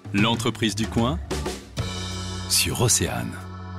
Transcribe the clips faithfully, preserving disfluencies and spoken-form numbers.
L'entreprise du coin sur Océane.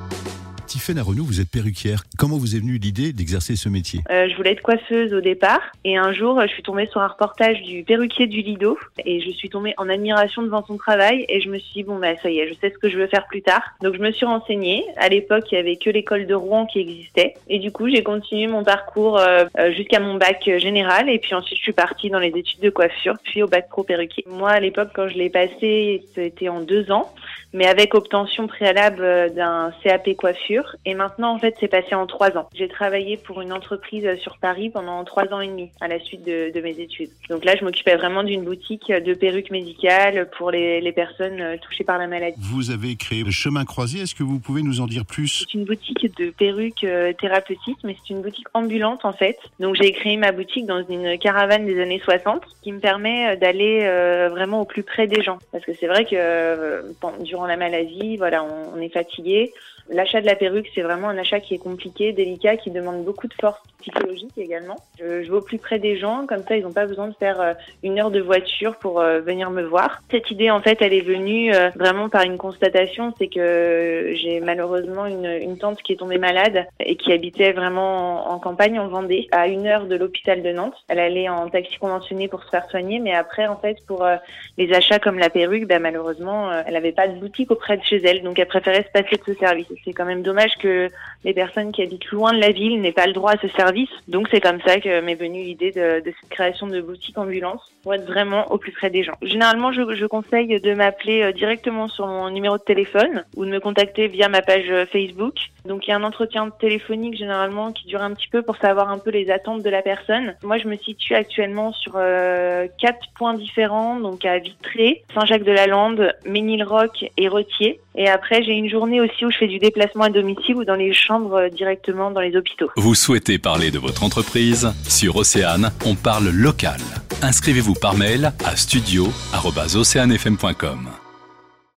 Tiffaine Arenaud, vous êtes perruquière. Comment vous est venue l'idée d'exercer ce métier ? euh, Je voulais être coiffeuse au départ et un jour je suis tombée sur un reportage du perruquier du Lido et je suis tombée en admiration devant son travail et je me suis dit bon bah ça y est, je sais ce que je veux faire plus tard. Donc je me suis renseignée. À l'époque il y avait que l'école de Rouen qui existait et du coup j'ai continué mon parcours euh, jusqu'à mon bac général et puis ensuite je suis partie dans les études de coiffure puis au bac pro perruquier. Moi à l'époque quand je l'ai passé c'était en deux ans mais avec obtention préalable d'un C A P coiffure. Et maintenant, en fait, c'est passé en trois ans. J'ai travaillé pour une entreprise sur Paris pendant trois ans et demi à la suite de, de mes études. Donc là, je m'occupais vraiment d'une boutique de perruques médicales pour les, les personnes touchées par la maladie. Vous avez créé le Chemin Croisé. Est-ce que vous pouvez nous en dire plus ? C'est une boutique de perruques thérapeutiques, mais c'est une boutique ambulante, en fait. Donc j'ai créé ma boutique dans une caravane des années soixante qui me permet d'aller euh, vraiment au plus près des gens. Parce que c'est vrai que euh, durant la maladie, voilà, on, on est fatigué. L'achat de la perruque, c'est vraiment un achat qui est compliqué, délicat, qui demande beaucoup de force psychologique également. Je, je vais au plus près des gens, comme ça ils n'ont pas besoin de faire euh, une heure de voiture pour euh, venir me voir. Cette idée, en fait, elle est venue euh, vraiment par une constatation, c'est que j'ai malheureusement une, une tante qui est tombée malade et qui habitait vraiment en, en campagne, en Vendée, à une heure de l'hôpital de Nantes. Elle allait en taxi conventionné pour se faire soigner, mais après, en fait, pour euh, les achats comme la perruque, bah, malheureusement, euh, elle n'avait pas de boutique auprès de chez elle, donc elle préférait se passer de ce service. C'est quand même dommage que les personnes qui habitent loin de la ville n'aient pas le droit à ce service. Donc c'est comme ça que m'est venue l'idée de, de cette création de boutique ambulance pour être vraiment au plus près des gens. Généralement, je, je conseille de m'appeler directement sur mon numéro de téléphone ou de me contacter via ma page Facebook. Donc il y a un entretien téléphonique généralement qui dure un petit peu pour savoir un peu les attentes de la personne. Moi, je me situe actuellement sur euh, quatre points différents, donc à Vitré, Saint-Jacques-de-la-Lande, Ménilroch et Retier. Et après, j'ai une journée aussi où je fais du déplacement à domicile ou dans les chambres directement dans les hôpitaux. Vous souhaitez parler de votre entreprise ? Sur Océane, on parle local. Inscrivez-vous par mail à studio arobase oceanefm point com.